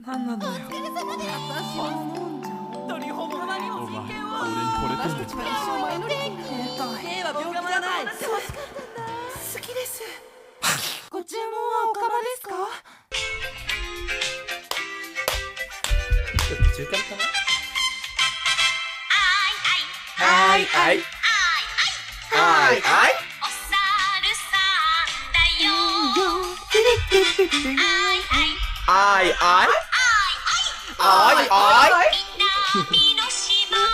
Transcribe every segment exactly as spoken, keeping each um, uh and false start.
なんなのよ。私も思うんじゃん。鳥ほどまにも人権を。私たちは一生マイノリティになった。兵は病気じゃない。楽しかったんだ。好きです。ご注文はおかまですか？ ちょっと中間かな？あいあい。あいあい。あいあい。 お猿さんだよ。あいあい。 あいあい。あいあい。 南の島の。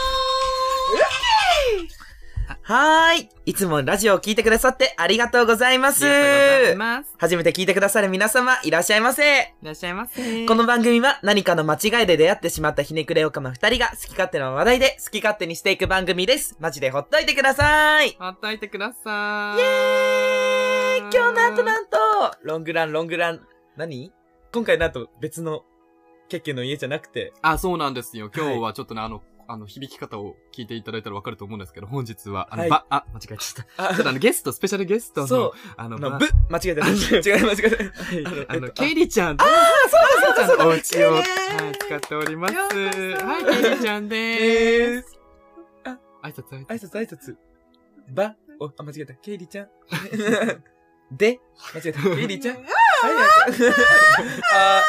はーい。いつもラジオを聞いてくださってありがとうございます。 ありがとうございます。 初めて聞いてくださる皆様、いらっしゃいませ。 いらっしゃいませ。 この番組は何かの間違いで出会ってしまったひねくれおかま二人が好き勝手な話題で好き勝手にしていく番組です。マジでほっといてください。 ほっといてください。 イエーイ。今日なんとなんと、ロングランロングラン、何？今回なんと別のケッケの家じゃなくて。 あ、そうなんですよ。今日はちょっとね、あの、あの、響き方を聞いていただいたらわかると思うんですけど、本日は、あの、 はいば、あ、間違えちゃった。ちょっとあの、ゲスト、スペシャルゲストの、 そうあの、 あの、 ばぶ、間違えた。違い間違えた。 あの、 えっとケイリちゃん。ああ、そうだそうだそうだ。 お家を、はイエーイい、使っております。 ようこそはい、ケイリちゃんでーす。挨拶挨挨拶。 拶挨拶。ば、お、あ、間違えた。ケイリちゃん。で、間違えた。ケイリちゃん。はい、あ、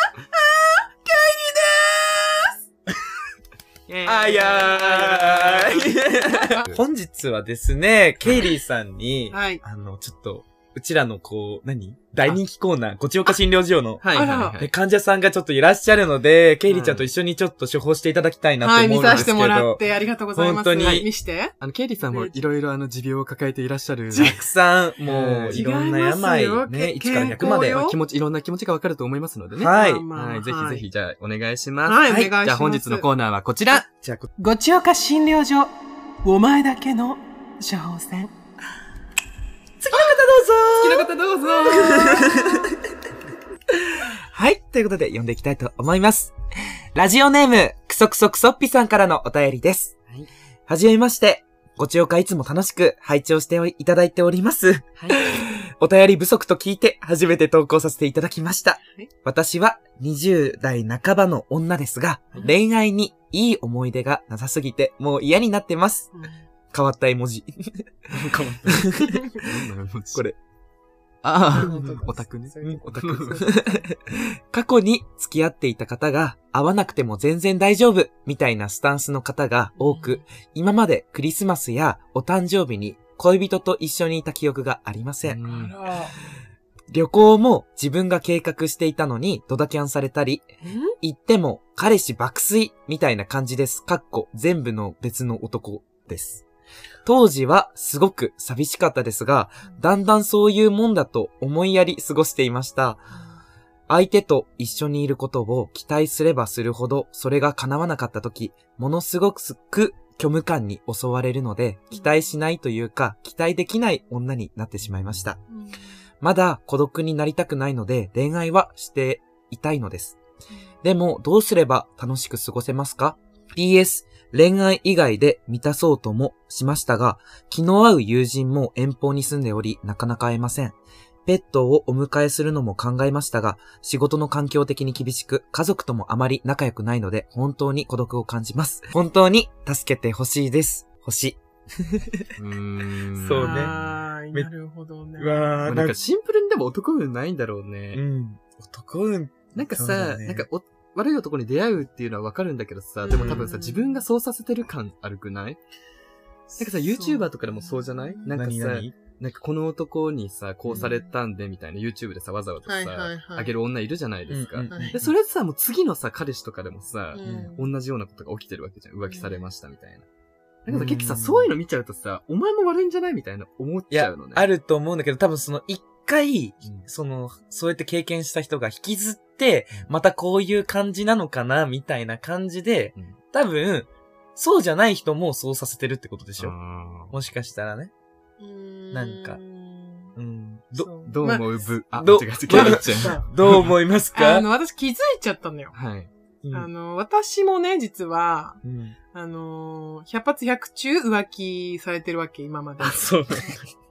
あやーい。本日はですね、ケイリーさんに、 はい。 あの、ちょっと、うちらのこう、何大人気コーナー、ごちおか診療所の、 はい、はい、 あらはい。 ね患者さんがちょっといらっしゃるので、ケイリーちゃんと一緒にちょっと処方していただきたいなとはい、見思うんですけど。 させてもらってありがとうございます。 本当にはい見して。 あの、ケイリさんもいろいろあの、持病を抱えていらっしゃる。 たくさん、もう、 違いろんな違いますよ病、ね、 けいちからひゃくまで。 健康よ気持ち、いろんな気持ちがわかると思いますのでね。 はい。 まあまあはい、ぜひぜひ、じゃあ、お願いします。 はい、お願いします。 じゃあ、本日のコーナーはこちら。 じゃあ、こごちおか診療所、お前だけの処方箋。 次の方どうぞ好きな方どうぞはい。ということで、読んでいきたいと思います。ラジオネーム、くそくそくそっぴさんからのお便りです。 はい。 はじめまして。ごちおかいつも楽しく拝聴していただいております。 はい。 お便り不足と聞いて初めて投稿させていただきましたはい。 私はにじゅう代半ばの女ですが、恋愛にいい思い出がなさすぎてもう嫌になってます。変わった絵文字。 変わった。 これ。 ああ、オタクね。 うんオタク。過去に付き合っていた方が会わなくても全然大丈夫みたいなスタンスの方が多く、今までクリスマスやお誕生日に恋人と一緒にいた記憶がありません。 うん旅行も自分が計画していたのにドタキャンされたり、行っても彼氏爆睡みたいな感じです。かっこ全部の別の男です。当時はすごく寂しかったですが、だんだんそういうもんだと思いやり過ごしていました。相手と一緒にいることを期待すればするほど、それが叶わなかった時、ものすごく虚無感に襲われるので、期待しないというか、期待できない女になってしまいました。まだ孤独になりたくないので、恋愛はしていたいのです。でも、どうすれば楽しく過ごせますか？ ピーエス、恋愛以外で満たそうともしましたが、気の合う友人も遠方に住んでおり、なかなか会えません。ペットをお迎えするのも考えましたが、仕事の環境的に厳しく、家族ともあまり仲良くないので、本当に孤独を感じます。本当に助けてほしいです。星。 うーん。 そうねはい、なるほどね。 うわー、 まあなんかシンプルにでも男運ないんだろうね。 うん。男運。 なんかさ、 そうだねなんかお悪い男に出会うっていうのはわかるんだけどさ、でも多分さ、 うん自分がそうさせてる感あるくない？なんかさ、YouTuber とかでもそうじゃない？なんかさ、 何々 なんかこの男にさ、こうされたんでみたいな YouTube でさ、わざわざはいはいさはい、 あげる女いるじゃないですかうん。うんはいで、それさ、もう次のさ、彼氏とかでもさ、 うん同じようなことが起きてるわけじゃん。浮気されましたみたいな。 うんなんかさ、結構さ、そういうの見ちゃうとさ、お前も悪いんじゃないみたいな思っいやちゃうのね。、 あると思うんだけど、多分その一回、 うんその、そうやって経験した人が引きずって、またこういう感じなのかな、みたいな感じで、 うん多分、そうじゃない人もそうさせてるってことでしょ。 あーもしかしたらね。なんかうん。ど、 そうどう思うぶ、あ、 ど違う違う、ケイちゃん。 さどう思いますか？ あの、私気づいちゃったのよ。 はい。 うんあの、私もね、実は、 うんあの、百発百中浮気されてるわけ、今まで。 あ、そうなんだ。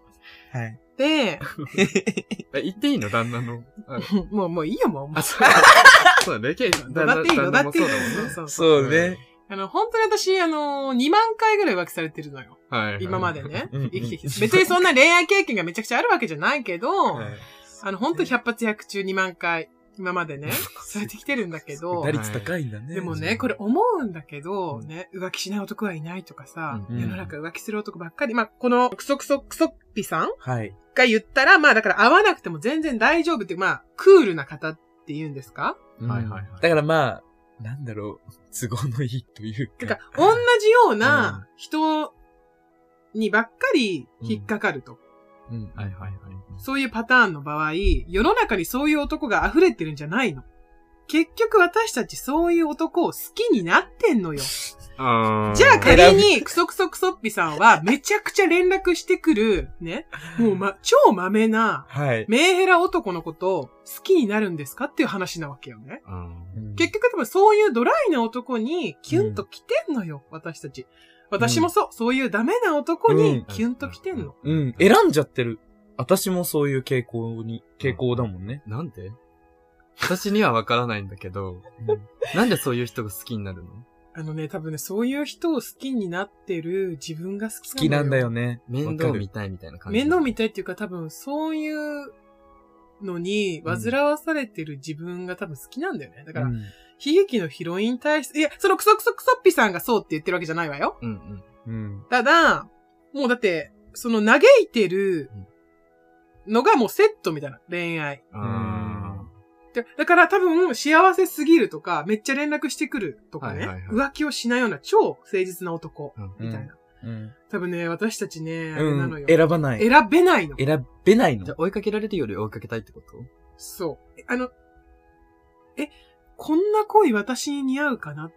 はい。 で、 え、言っていいの旦那の。 もう、もういいよ、もう。 あ、そうそうだね。 どだっていい、どだっていい。 そうだもんね。 そうそう。 そうね。 あの、本当に私、あの、にまんかいぐらい浮気されてるのよ。 はい。 今までね。 生きてきて。別にそんな恋愛経験がめちゃくちゃあるわけじゃないけど、 はい、 あの、本当にひゃく発ひゃく中にまんかい、今までね、されてきてるんだけど。 打率高いんだね。 でもね、これ思うんだけど、ね、浮気しない男はいないとかさ、 うん、 世の中浮気する男ばっかり。まあ、この、クソクソクソッピさんはい。 が言ったら、まあだから会わなくても全然大丈夫って、まあ、クールな方って言うんですか？ はいはいはい。 だからまあ、なんだろう、都合のいいというか。 てか、同じような人にばっかり引っかかると。 うん。うん、 はいはいはい。 そういうパターンの場合、世の中にそういう男が溢れてるんじゃないの。結局私たちそういう男を好きになってんのよ。 あじゃあ仮にクソクソクソッピさんはめちゃくちゃ連絡してくる、ね。もうま、超マメな、 はい。 メンヘラ男のことを好きになるんですかっていう話なわけよね。 うん、 結局多分そういうドライな男にキュンと来てんのよ、うん、私たち。私もそう、うん、そういうダメな男にキュンと来てんの。 うん、うん、選んじゃってる。私もそういう傾向に、傾向だもんね。 なんで？私にはわからないんだけど、うん、なんでそういう人が好きになるの？ あのね、多分ね、そういう人を好きになってる自分が好き好きなんだよね。 面倒見たいみたいな感じ。 面倒見たいっていうか多分そういうのに煩わされてる自分が多分好きなんだよね。だから、うん、悲劇のヒロイン体質、いや、そのクソクソクソッピさんがそうって言ってるわけじゃないわよ。 うんうん。うん、 ただ、もうだって、その嘆いてるのがもうセットみたいな、恋愛。 うんだから多分幸せすぎるとか、めっちゃ連絡してくるとかね、はいはいはい、浮気をしないような超誠実な男、みたいな、 うんうん。 多分ね、私たちね、あれなのよ、 うん。選ばない。 選べないの。 選べないの。 じゃあ追いかけられるより追いかけたいってこと？ そう。あの、え、こんな恋私に似合うかなって。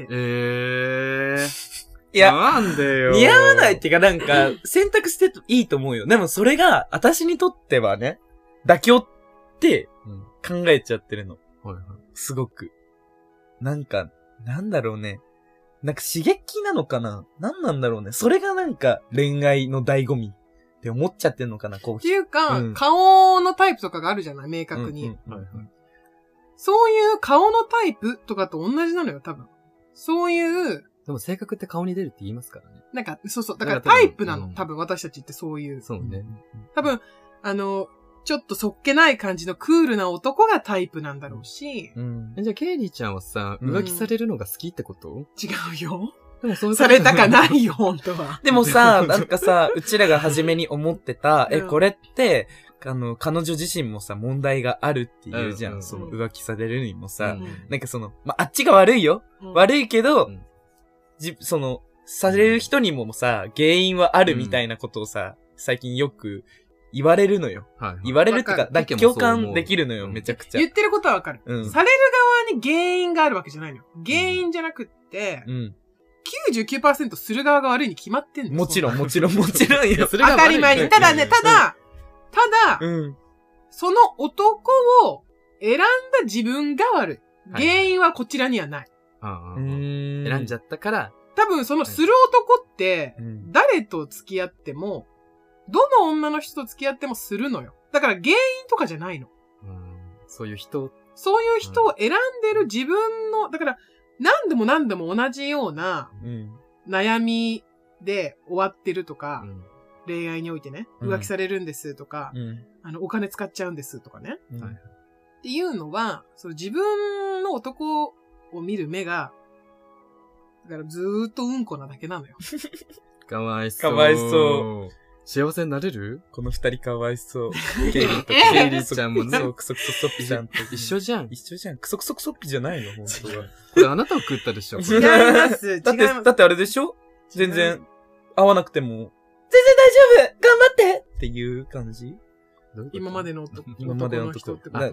えー。 いや、 なんでよ。 似合わないっていうかなんか、選択していいと思うよ。でもそれが、私にとってはね、妥協って、うん考えちゃってるの。 はいはい。 すごく。なんか、なんだろうね。なんか刺激なのかな？なんなんだろうね。それがなんか恋愛の醍醐味って思っちゃってんのかなこう。 っていうか、 うん、 顔のタイプとかがあるじゃない明確に、 うんうんはいはい。 そういう顔のタイプとかと同じなのよ、多分。そういう。 でも性格って顔に出るって言いますからね。 なんか、そうそう。だからタイプなの。多分、多分私たちってそういう。 そうね。 多分、あの、ちょっとそっけない感じのクールな男がタイプなんだろうし。 うん。 じゃあ、ケイリーちゃんはさ、浮気されるのが好きってこと？うん、 違うよ。 でもそういうされたかないよ、本当は。 でもさ、なんかさ、うちらが初めに思ってた、え、これって、あの、彼女自身もさ、問題があるって言うじゃん。うんうん、その浮気されるにもさ、うん、なんかその、まあ、あっちが悪いよ。うん、悪いけど、うん、じ、その、される人にもさ、原因はあるみたいなことをさ、最近よく、言われるのよ。 はいはい、 言われるってか、だ共感できるのよ、めちゃくちゃ。 言ってることはわかる、うん。される側に原因があるわけじゃないのよ。原因じゃなくって、うん、きゅうじゅうきゅうパーセント する側が悪いに決まってんのよ。 もちろん、もちろん、もちろんよ。 当たり前に。ただね、ただ、ただ、 うん、 その男を選んだ自分が悪い。原因はこちらにはない。 はい、選んじゃったから。 多分そのする男って、誰と付き合っても、どの女の人と付き合ってもするのよ。だから原因とかじゃないの。 うん、そういう人。 そういう人を選んでる自分の、だから何度も何度も同じような悩みで終わってるとか、うん、恋愛においてね、浮気されるんですとか、うん、あのお金使っちゃうんですとかね。 うん、 っていうのは、その自分の男を見る目が、だからずーっとうんこなだけなのよ。 かわいそう。 かわいそう。 幸せになれる？ この二人かわいそう。 ケイリーとケイリーちゃんもね。 そう、クソクソソッピちゃんと。 一緒じゃん。 一緒じゃん。クソクソソッピじゃないの本当は。 これあなたを食ったでしょ。 違います。 だって、だってあれでしょ全然、合わなくても、全然大丈夫頑張ってっていう感じ今までの男。 今までの男ってこと？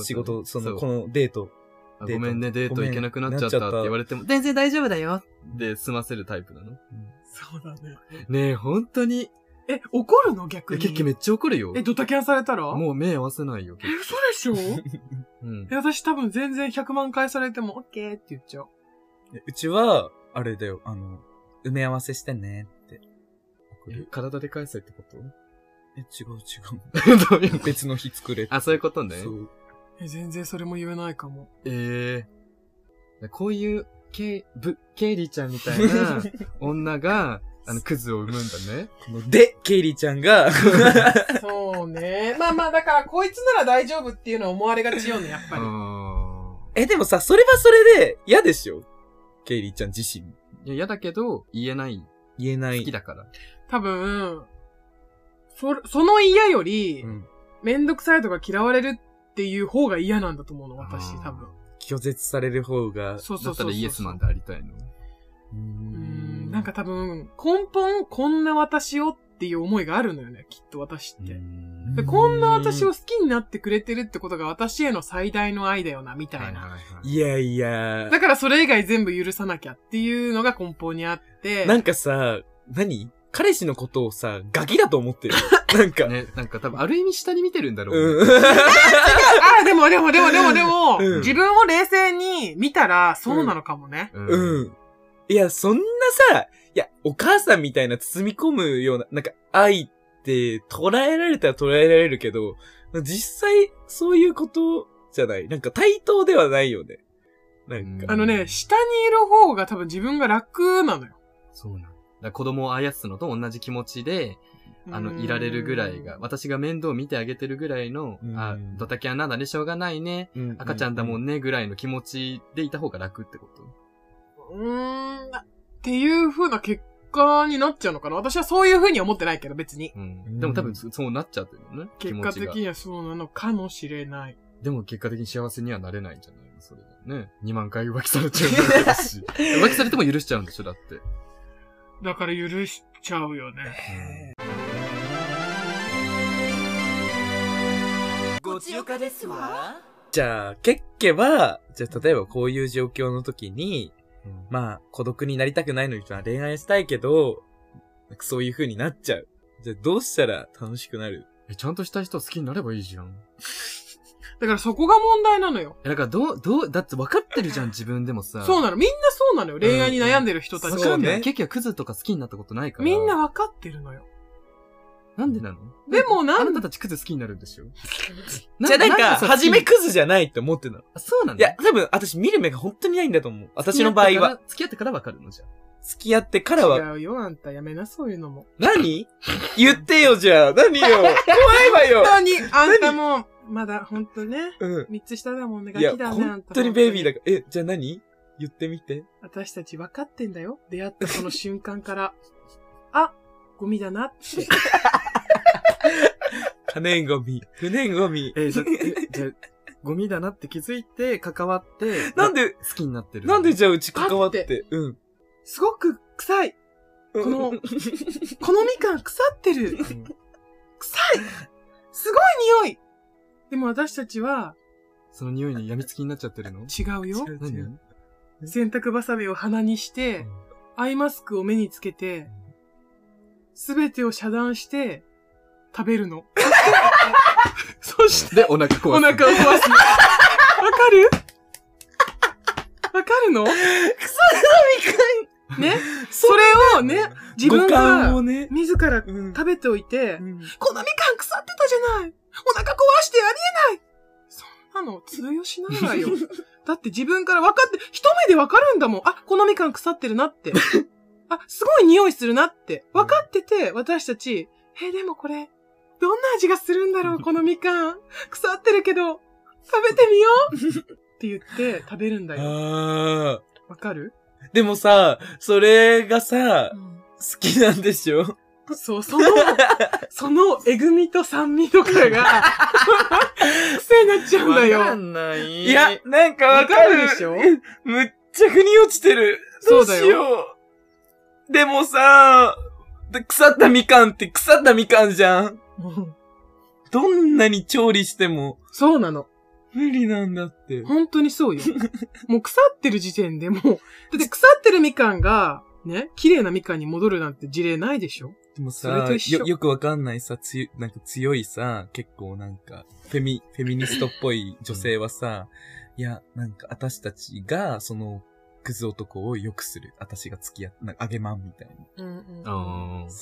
仕事、その、このデート。 ごめんね、デート行けなくなっちゃったって言われても、全然大丈夫だよで済ませるタイプなの？ そうだね。 ねえ、本当に。 え、怒るの逆に。 結局めっちゃ怒るよ。 え、ドタキャンされたらもう目合わせないよ。 え、嘘でしょうん。え、私多分全然ひゃくまん回されてもオッケーって言っちゃう。 うちは、あれだよ、あの、埋め合わせしてねって。 え、体で返せってこと？ え、違う違う。どういう別の日作れ。 あ、そういうことね。 そう。 え、全然それも言えないかも。 ええー。こういう、ケイ、ブ、ケイリーちゃんみたいな女が、あの、クズを産むんだね。 で、ケイリーちゃんが、 そうね。まあまあ、だから、こいつなら大丈夫っていうのは思われがちよね、やっぱり。 え、でもさ、それはそれで嫌でしょ？ケイリーちゃん自身。 いや、嫌だけど、言えない。 言えない。 好きだから。 多分、そ、その嫌より、 うん、 めんどくさいとか嫌われるっていう方が嫌なんだと思うの、私、多分。 拒絶される方が。 そうそうそうそう。だったらイエスマンでありたいの。 うーん。なんか多分、根本、こんな私をっていう思いがあるのよね、きっと私って。でこんな私を好きになってくれてるってことが私への最大の愛だよな、みたいな。はいはいはい、 いやいや。 だからそれ以外全部許さなきゃっていうのが根本にあって。 なんかさ、何彼氏のことをさ、ガキだと思ってる。なんか。 ね、なんか多分ある意味下に見てるんだろう、ね。 うん。違うあ、でもでもでもでもでも、うん、自分を冷静に見たらそうなのかもね。 うん。うん、いや、そんなさ、いや、お母さんみたいな包み込むような、なんか愛って捉えられたら捉えられるけど、実際そういうことじゃない。なんか対等ではないよね。なんか。 あのね、下にいる方が多分自分が楽なのよ。 そうなの。だ子供を操すのと同じ気持ちで、あの、いられるぐらいが、私が面倒を見てあげてるぐらいの、あ、ドタキャンなんだね、しょうがないね、赤ちゃんだもんね、ぐらいの気持ちでいた方が楽ってことうーん、っていう風な結果になっちゃうのかな。私はそういう風には思ってないけど、別に。 うん。でも多分そうなっちゃってるよね。 結果的にはそうなのかもしれない。 でも結果的に幸せにはなれないんじゃないのそれだよね。にまんかい浮気されちゃうんだし。浮気されても許しちゃうんでしょだって。 だから許しちゃうよね。 ごちよかですわ。 じゃあ、ケッケは、じゃあ例えばこういう状況の時に、うん、まあ、孤独になりたくないのに恋愛したいけど、そういう風になっちゃう。じゃあどうしたら楽しくなる？ え、ちゃんとした人好きになればいいじゃん。 だからそこが問題なのよ。 え、だからどう、どう、だって分かってるじゃん、自分でもさ。 そうなの。みんなそうなのよ。恋愛に悩んでる人たち。 分かんない。ケーキはクズとか好きになったことないから。 みんな分かってるのよ。 なんでなの？ でもなんあなたたちクズ好きになるんでしょ？ じゃあなんか、はじめクズじゃないって思ってるの。 あ、そうなの？ いや、多分、私見る目が本当にないんだと思う。私の場合は。 付き合ってから分かるのじゃん。 付き合ってからは。 違うよ、あんた。やめな、そういうのも。 何？言ってよ、じゃあ。何よ。怖いわよ。 本当に、あんたも、まだ、ほんとね。 うん。 三つ下だもんね。ガキだね、あんた。 本当にベイビーだから。え、じゃあ何？言ってみて。 私たち分かってんだよ。出会ったその瞬間から。あ、ゴミだなって。 可燃ゴミ。不燃ゴミ。 えー、じゃ、え、じゃ、ゴミだなって気づいて、関わって、 なんで、 好きになってる。 なんでじゃあうち関わって。ってうん。 すごく臭い。この、このみかん腐ってる。臭い。すごい匂い。でも私たちは、 その匂いに病みつきになっちゃってるの？ 違うよ。 違う違う。 洗濯バサミを鼻にして、うん、アイマスクを目につけて、すべてを遮断して、食べるの。そして、 で、お腹壊す。 お腹を壊す。わかる？わかるの？ 草のみかん。 ね。それをね、自分が、 ね、 自ら食べておいて、うん、このみかん腐ってたじゃない。お腹壊してありえない。そんなの通用しないわよ。だって自分から分かって、一目で分かるんだもん。あ、このみかん腐ってるなって。あ、すごい匂いするなって。分かってて、私たち、え、でもこれ、どんな味がするんだろう、このみかん。腐ってるけど、食べてみようって言って食べるんだよ。 あー。わかる？ でもさ、それがさ、うん、好きなんでしょ？ そう、その、そのえぐみと酸味とかが、癖になっちゃうんだよ。 わかんない。 いや、なんかわかるでしょ？むっちゃ腑に落ちてる。どうしよう。でもさ、腐ったみかんって腐ったみかんじゃん。どんなに調理しても。 そうなの。 無理なんだって。 本当にそうよ。もう腐ってる時点でもう、だって腐ってるみかんが、ね、綺麗なみかんに戻るなんて事例ないでしょ？ でもさ、よ、よくわかんないさ、つゆ、なんか強いさ、結構なんか、フェミ、フェミニストっぽい女性はさ、いや、なんか私たちが、その、クズ男を良くする。私が付き合って、なんか、あげまんみたいな。 うんうん。 そう。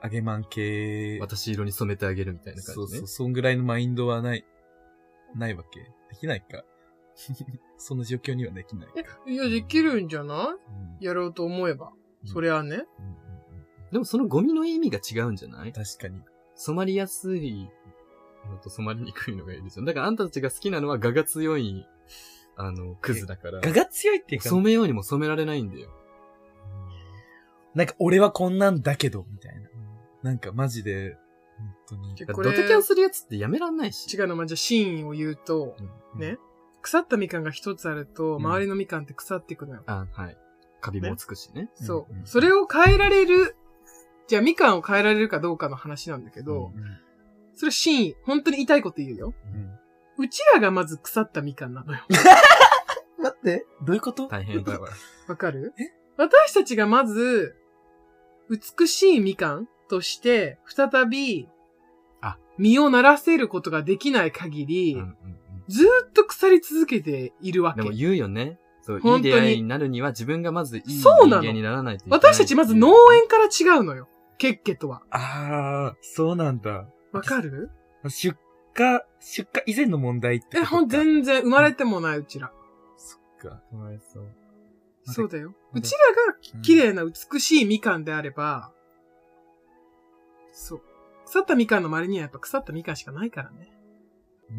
あげまん系。 私色に染めてあげるみたいな感じね。 そうそう、そんぐらいのマインドはない、ないわけ。できないか。その状況にはできないか。 いや、できるんじゃない、うん、やろうと思えば。うん、それはね、うんうんうん。 でもそのゴミの意味が違うんじゃない？ 確かに。 染まりやすいのと染まりにくいのがいいですよ。だからあんたたちが好きなのは我が強い、あの、クズだから。 我が強いっていうか。 染めようにも染められないんだよ。 なんか俺はこんなんだけど、みたいな。なんかマジで、本当に。 ドタキャンするやつってやめらんないし。 違うの、まあ、じゃあシーンを言うと、うん、ね。腐ったみかんが一つあると、周りのみかんって腐っていくのよ。 うん、あ、はい。カビもつくしね。 ねそう、うん。それを変えられる、じゃあみかんを変えられるかどうかの話なんだけど、うんうん、それシーン、本当に痛いこと言うよ。うん、うちらがまず腐ったみかんなのよ。 待って、どういうこと？ 大変だわ。 わかる？え？私たちがまず、美しいみかんとして、再び、あ、実をならせることができない限り、うんうんうん、ずーっと腐り続けているわけ。 でも言うよね。そう、いい出会いになるには自分がまずいい人間にならないといけない。 私たちまず農園から違うのよ。ケッケとは。 ああ、そうなんだ。 わかる？ 出荷、出荷以前の問題ってことか。 え、ほん、全然生まれてもない、うちら。 そっか、かわいそう。 そうだよ。うちらが綺麗な美しいみかんであれば、うん、そう。腐ったみかんの周りにはやっぱ腐ったみかんしかないからね。うん。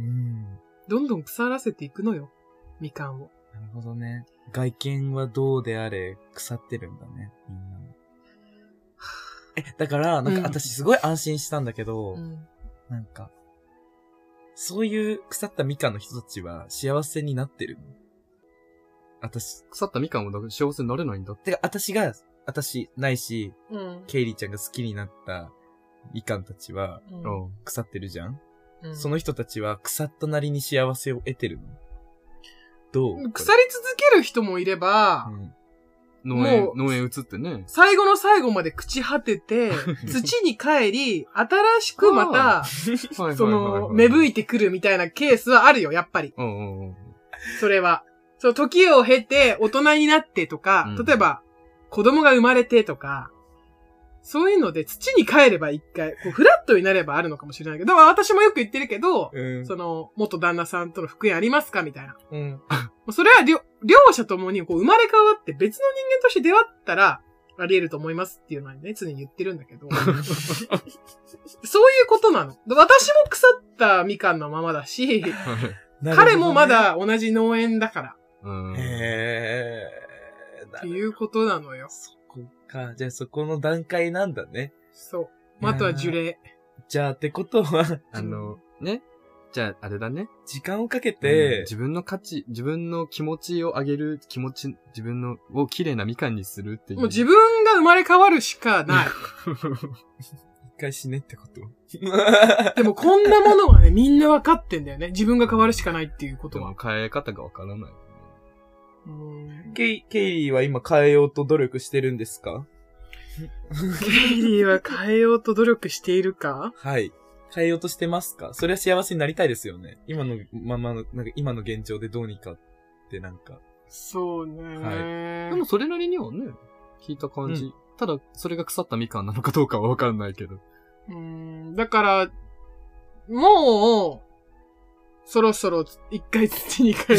どんどん腐らせていくのよ。みかんを。 なるほどね。外見はどうであれ腐ってるんだね。みんなの。え、だから、なんか私すごい安心したんだけど、うん、なんか、そういう腐ったみかんの人たちは幸せになってるの？私。 腐ったみかんも幸せになれないんだって。 てか、私が、私、ないし、うん、ケイリーちゃんが好きになったみかんたちは、うん、腐ってるじゃん、うん、その人たちは腐ったなりに幸せを得てるの？どう？ 腐り続ける人もいれば、 うん、農園、農園移ってね。 最後の最後まで朽ち果てて、土に帰り、新しくまた、その、芽吹いてくるみたいなケースはあるよ、やっぱり。うんうんうん、それは。そう、時を経て大人になってとか、うん、例えば、子供が生まれてとか、そういうので土に帰れば一回、こうフラットになればあるのかもしれないけど、私もよく言ってるけど、うん、その、元旦那さんとの復縁ありますかみたいな。うん、それは両、両者ともにこう生まれ変わって別の人間として出会ったら、あり得ると思いますっていうのはね、常に言ってるんだけど。そういうことなの。私も腐ったみかんのままだし、ね、彼もまだ同じ農園だから。うん、へー。っていうことなのよ。 そこか。じゃあそこの段階なんだね。 そう。あとは樹齢。 じゃあってことは、 あの、ね。じゃああれだね。 時間をかけて、 うん、自分の価値、自分の気持ちを上げる気持ち、自分のを綺麗なみかんにするっていう。 もう自分が生まれ変わるしかない。 一回死ねってことでもこんなものはね、みんなわかってんだよね。自分が変わるしかないっていうことは。 でも変え方がわからない。 ケイ、ケイリーは今変えようと努力してるんですか？ ケイリーは変えようと努力しているか？ はい。変えようとしてますか？それは幸せになりたいですよね。今のままの、なんか今の現状でどうにかってなんか。 そうね。 はい。でもそれなりにはね、聞いた感じ。うん、ただ、それが腐ったみかんなのかどうかはわかんないけど。 うーん。だから、もう、そろそろ一回土に帰る。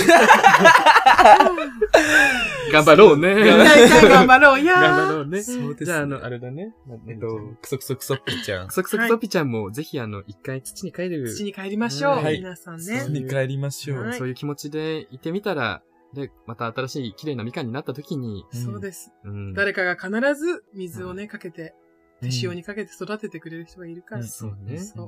頑張ろうね。 頑張ろうやー。 頑張ろうね。 そうですね。 じゃあ、あの、あれだね。 えっと、クソクソクソッピちゃん。 クソクソクソッピちゃんも、ぜひあの、一回土に帰る。 土に帰りましょう。はい、皆さんね。 土に帰りましょう。 そういう気持ちでいてみたら、で、また新しい綺麗なみかんになった時に。 そうです。うん、誰かが必ず水をね、かけて、手塩にかけて育ててくれる人がいるから。うん、 そうね。そう。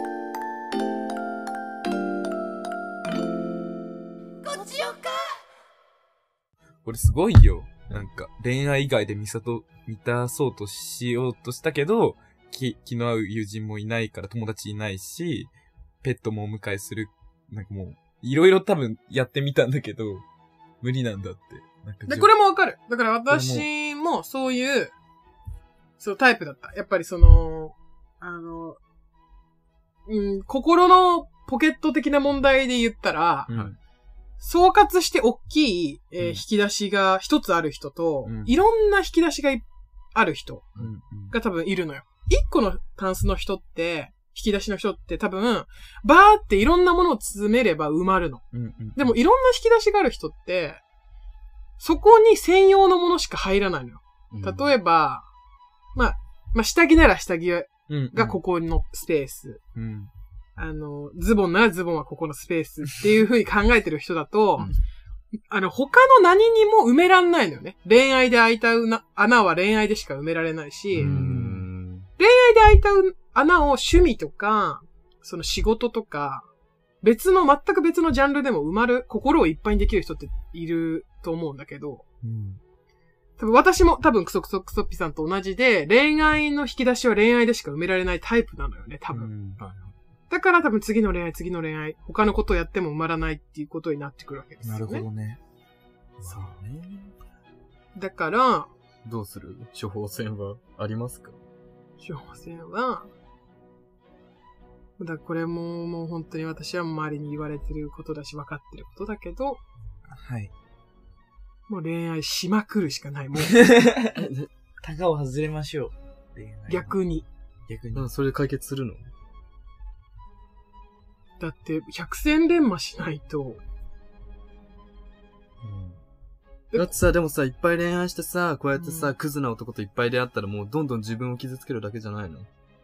これすごいよ。なんか、恋愛以外で満たと、満たそうとしようとしたけど、気、気の合う友人もいないから友達いないし、ペットもお迎えする。なんかもう、いろいろ多分やってみたんだけど、無理なんだって。なんかで、これもわかる。だから私もそういう、そうタイプだった。やっぱりその、あの、うん、心のポケット的な問題で言ったら、うん総括して大きい、えーうん、引き出しが一つある人と、うん、いろんな引き出しがある人が多分いるのよ。 一個のタンスの人って、引き出しの人って多分、バーっていろんなものを詰めれば埋まるの。うんうん、でもいろんな引き出しがある人って、そこに専用のものしか入らないのよ。うん、例えば、まあ、まあ、下着なら下着がここのスペース。うんうん、あの、ズボンならズボンはここのスペースっていう風に考えてる人だと、うん、あの、他の何にも埋めらんないのよね。恋愛で開いた穴は恋愛でしか埋められないし、うん恋愛で開いた穴を趣味とか、その仕事とか、別の、全く別のジャンルでも埋まる、心をいっぱいにできる人っていると思うんだけど、うん、多分私も多分クソクソクソッピさんと同じで、恋愛の引き出しは恋愛でしか埋められないタイプなのよね、多分。うんだから多分次の恋愛、次の恋愛、他のことをやっても埋まらないっていうことになってくるわけですよね。なるほどね。 そうね。 だから、 どうする？処方箋はありますか？ 処方箋は、だこれももう本当に私は周りに言われてることだし分かってることだけど、はい。もう恋愛しまくるしかない。もう。 タガを外れましょう。 恋愛逆に。 逆に。それで解決するの？ だって、百戦錬磨しないと。 うん。だってさ、でもさ、いっぱい恋愛してさ、こうやってさ、うん、クズな男といっぱい出会ったらもうどんどん自分を傷つけるだけじゃないの？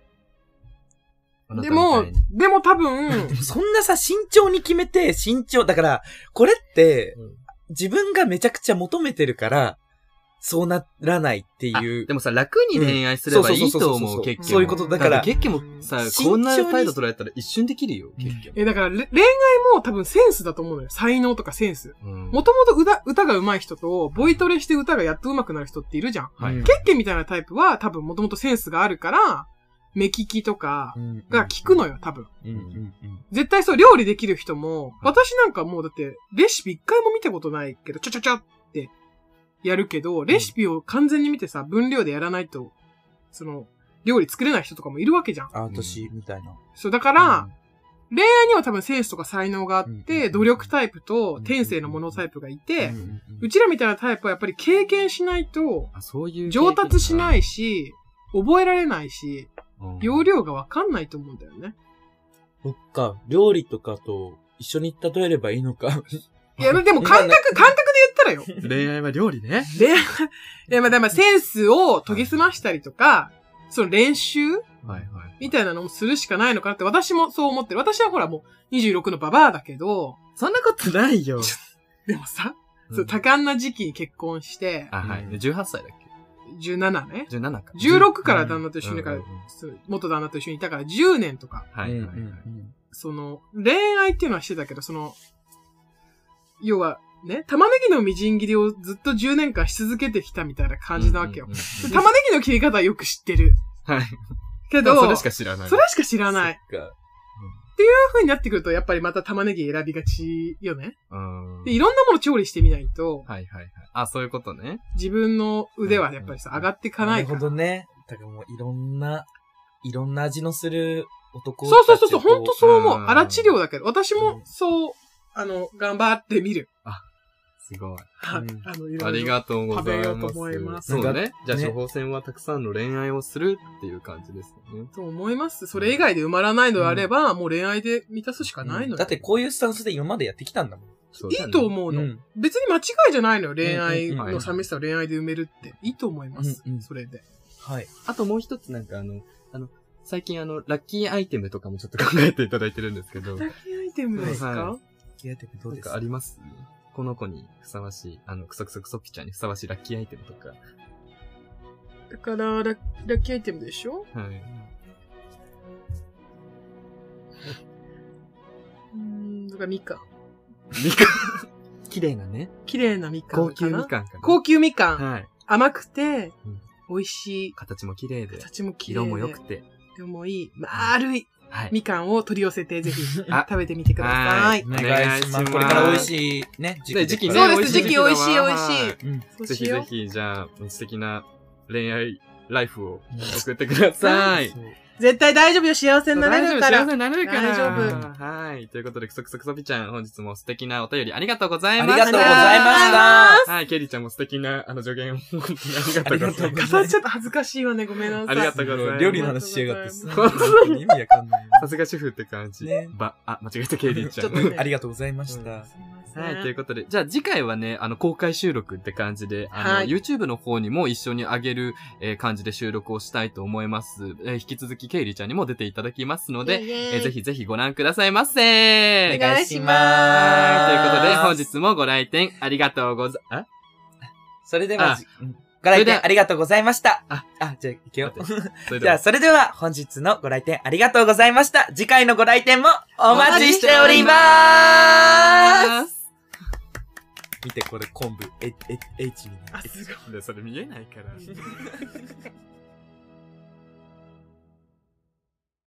でも、でも多分、 そんなさ、慎重に決めて、慎重、だから、これって、うん、自分がめちゃくちゃ求めてるから、そうならないっていう。 でもさ、楽に恋愛すればいいと思う、結局。 そういうことだから。 結局もさ、こんな態度取られたら一瞬できるよ、結局。 え、だから、恋愛も多分センスだと思うのよ。才能とかセンス。もともと歌、歌が上手い人と、ボイトレして歌がやっと上手くなる人っているじゃん。はい、ケッケみたいなタイプは多分もともとセンスがあるから、目利きとかが効くのよ、多分。うんうんうん、絶対そう、料理できる人も、私なんかもうだって、レシピ一回も見たことないけど、ちょちょちょってやるけど、レシピを完全に見てさ、分量でやらないと、その、料理作れない人とかもいるわけじゃん。 あ、私、みたいな。 そう、だから、うん、恋愛には多分センスとか才能があって、うん、努力タイプと天性のものタイプがいて、うん、うちらみたいなタイプはやっぱり経験しないと、上達しないし、覚えられないし、容量がわかんないと思うんだよね。 そっか、料理とかと一緒に例えればいいのか。 いや、でも感覚、感覚で言ったらよ。 恋愛は料理ね。 恋愛、いや、まあ、でもセンスを研ぎ澄ましたりとか、その練習はいはい。みたいなのもするしかないのかなって私もそう思ってる。私はほらもうにじゅうろくのババアだけど。 そんなことないよ。 でもさ、うん、そう多感な時期に結婚して。 あ、はい。じゅうはっさいだっけじゅうななね。 じゅうななか。 じゅうろくから旦那と一緒にいたから、元旦那と一緒にいたからじゅうねんとか。はいはいはい。その、恋愛っていうのはしてたけど、その、要は、ね、玉ねぎのみじん切りをずっとじゅうねんかんし続けてきたみたいな感じなわけよ。玉ねぎの切り方はよく知ってる。はい。けど、 それしか知らない。 それしか知らない。そっか。っていう風になってくると、やっぱりまた玉ねぎ選びがちよね。うん。で、いろんなもの調理してみないと。 はいはいはい。あ、そういうことね。 自分の腕はやっぱりさ、上がっていかないから。 なるほどね。だからもういろんな、いろんな味のする男そうそうそうそう、ほんとそう思う。荒治療だけど、私もそう、あの、頑張ってみる。あ、 すごい。 はい。 あの、いろいろありがとうございます。食べようと思います。そうね。じゃあ、処方箋はたくさんの恋愛をするっていう感じですよね。 と思います。それ以外で埋まらないのであれば、うん、もう恋愛で満たすしかないのよ、うん。 だってこういうスタンスで今までやってきたんだもん。 いいと思うの、うん。別に間違いじゃないのよ。恋愛の寂しさを恋愛で埋めるって。いいと思います。うんうん、それで。 はい。あともう一つなんかあの、あの、最近あの、ラッキーアイテムとかもちょっと考えていただいてるんですけど。 ラッキーアイテムですか、はい、ラッキーアイテムどうですか？ なんかあります？この子にふさわしい、あの、クソクソクソピちゃんにふさわしいラッキーアイテムとか。 だから、ラッ、ラッキーアイテムでしょ？はい。うーん、だからみかん。 みかん綺麗なね。 綺麗なみかん。 高級みかんかな。 高級みかん。はい。甘くて、うん、美味しい。 形も綺麗で。 形も綺麗で。 色も良くて。 色もいい。丸い。はい、みかんを取り寄せて、ぜひ食べてみてください。 お願いします。これから美味しいね、 時期。時期ね。 そうです、時期美味しい美味しい。 うん、ぜひぜひ、じゃあ、素敵な恋愛ライフを送ってください。 絶対大丈夫よ、幸せになれるから。 幸せになれるから。 大丈夫。はい。ということで、クソクソクソピちゃん、本日も素敵なお便りありがとうございました。 ありがとうございました。 はい、ケリーちゃんも素敵な、あの、助言を、本当にありがとうございます。 語っちゃった恥ずかしいわね、ごめんなさい。 ありがとうございます。 料理の話しやがってす。 本当に意味わかんない。 さすが主婦って感じ。ね。ば、あ、間違えた、ケリーちゃん。 ちょっと、ありがとうございました。 はい、ということで、じゃあ次回はね、あの、公開収録って感じで、あの、はい、YouTube の方にも一緒に上げる、えー、感じで収録をしたいと思います。えー、引き続きケイリーちゃんにも出ていただきますので、えー、ぜひぜひご覧くださいませ。 お願いしまーす。ということで、本日もご来店ありがとうござ、あそれでは、ご来店ありがとうございました。あ、あ、じゃあ、行くよ。じゃあ、それでは、本日のご来店ありがとうございました。次回のご来店もお待ちしておりまーす。見て、これ昆布、え、え、H になる。 あ、すごい。 それ見えないから。